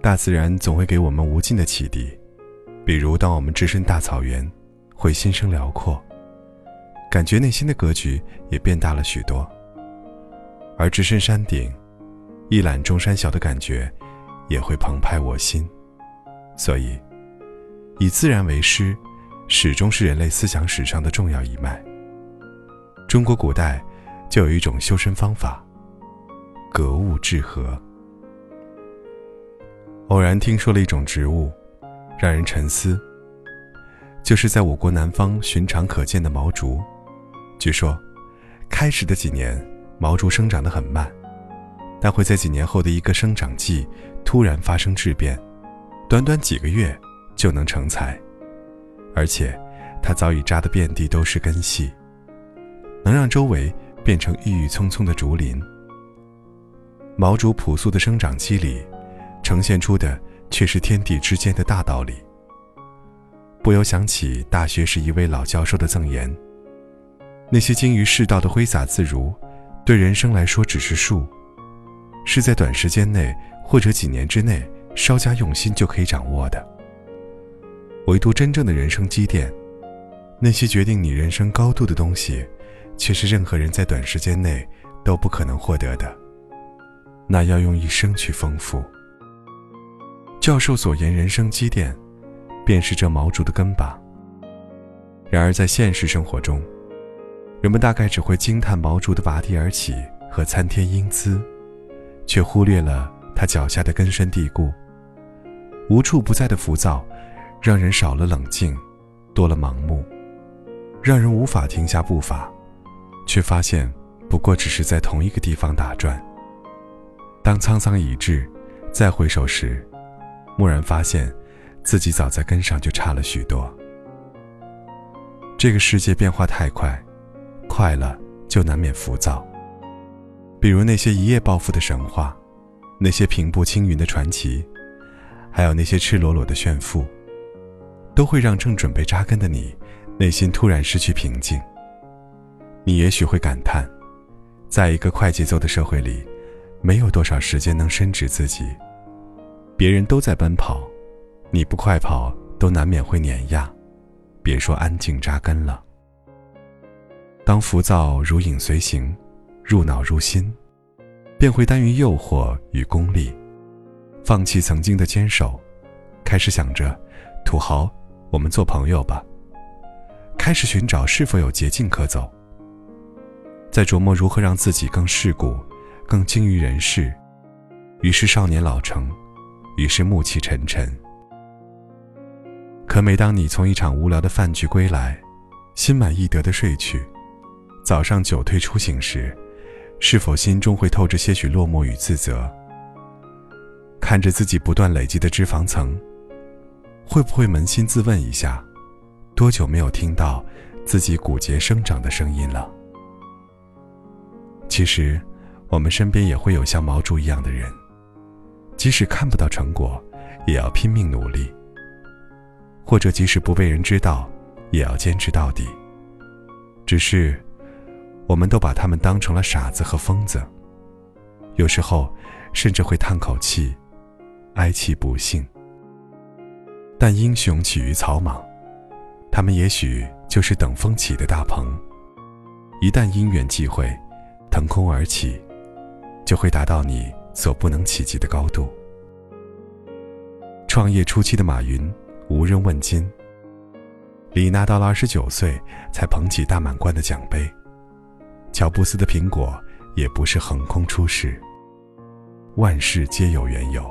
大自然总会给我们无尽的启迪，比如当我们置身大草原，会心生辽阔，感觉内心的格局也变大了许多；而置身山顶，一览众山小的感觉也会澎湃我心。所以以自然为师始终是人类思想史上的重要一脉。中国古代就有一种修身方法，格物致和。偶然听说了一种植物，让人沉思，就是在我国南方寻常可见的毛竹。据说开始的几年毛竹生长得很慢，但会在几年后的一个生长季突然发生质变，短短几个月就能成材，而且它早已扎得遍地都是根系，能让周围变成郁郁葱葱的竹林。毛竹朴素的生长机理呈现出的却是天地之间的大道理，不由想起大学时一位老教授的赠言：那些精于世道的挥洒自如，对人生来说只是术，是在短时间内或者几年之内稍加用心就可以掌握的。唯独真正的人生积淀，那些决定你人生高度的东西，却是任何人在短时间内都不可能获得的，那要用一生去丰富。教授所言人生积淀，便是这毛竹的根吧。然而在现实生活中，人们大概只会惊叹毛竹的拔地而起和参天英姿，却忽略了它脚下的根深蒂固。无处不在的浮躁，让人少了冷静，多了盲目，让人无法停下步伐，却发现不过只是在同一个地方打转。当沧桑已至，再回首时，蓦然发现自己早在根上就差了许多。这个世界变化太快，快了就难免浮躁。比如那些一夜暴富的神话，那些平步青云的传奇，还有那些赤裸裸的炫富，都会让正准备扎根的你内心突然失去平静。你也许会感叹，在一个快节奏的社会里，没有多少时间能深植自己。别人都在奔跑，你不快跑都难免会碾压，别说安静扎根了。当浮躁如影随形，入脑入心，便会耽于诱惑与功利，放弃曾经的坚守，开始想着土豪我们做朋友吧，开始寻找是否有捷径可走，在琢磨如何让自己更世故，更精于人事。于是少年老成，于是暮气沉沉。可每当你从一场无聊的饭局归来，心满意得地睡去，早上酒退初醒时，是否心中会透着些许落寞与自责？看着自己不断累积的脂肪层，会不会扪心自问一下，多久没有听到自己骨节生长的声音了？其实我们身边也会有像毛竹一样的人，即使看不到成果，也要拼命努力，或者即使不被人知道，也要坚持到底。只是我们都把他们当成了傻子和疯子，有时候甚至会叹口气，哀其不幸。但英雄起于草莽，他们也许就是等风起的大鹏，一旦因缘际会，腾空而起，就会达到你所不能企及的高度。创业初期的马云无人问津，李娜到了29岁才捧起大满贯的奖杯，乔布斯的苹果也不是横空出世，万事皆有缘由。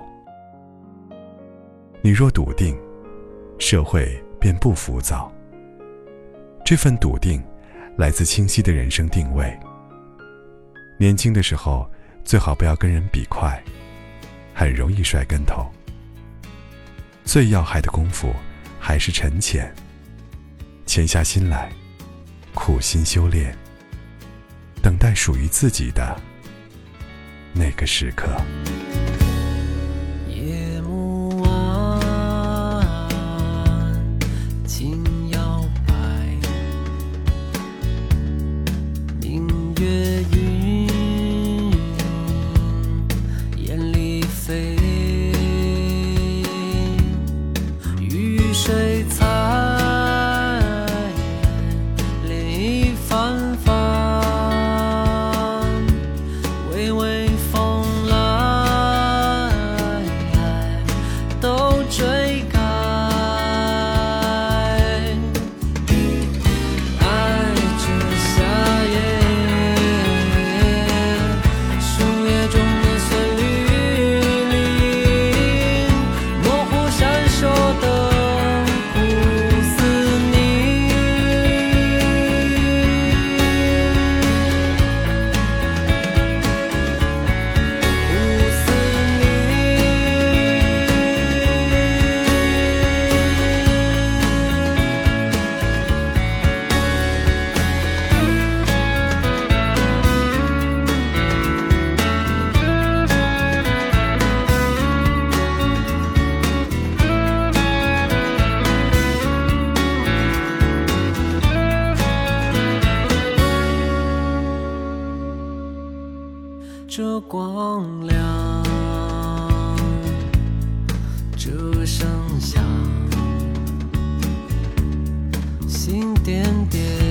你若笃定，社会便不浮躁。这份笃定来自清晰的人生定位。年轻的时候最好不要跟人比快，很容易摔跟头。最要害的功夫还是沉潜，潜下心来，苦心修炼，等待属于自己的那个时刻。 夜幕晚，轻摇摆，明月云，眼里飞， 着光亮，这声响，心点点。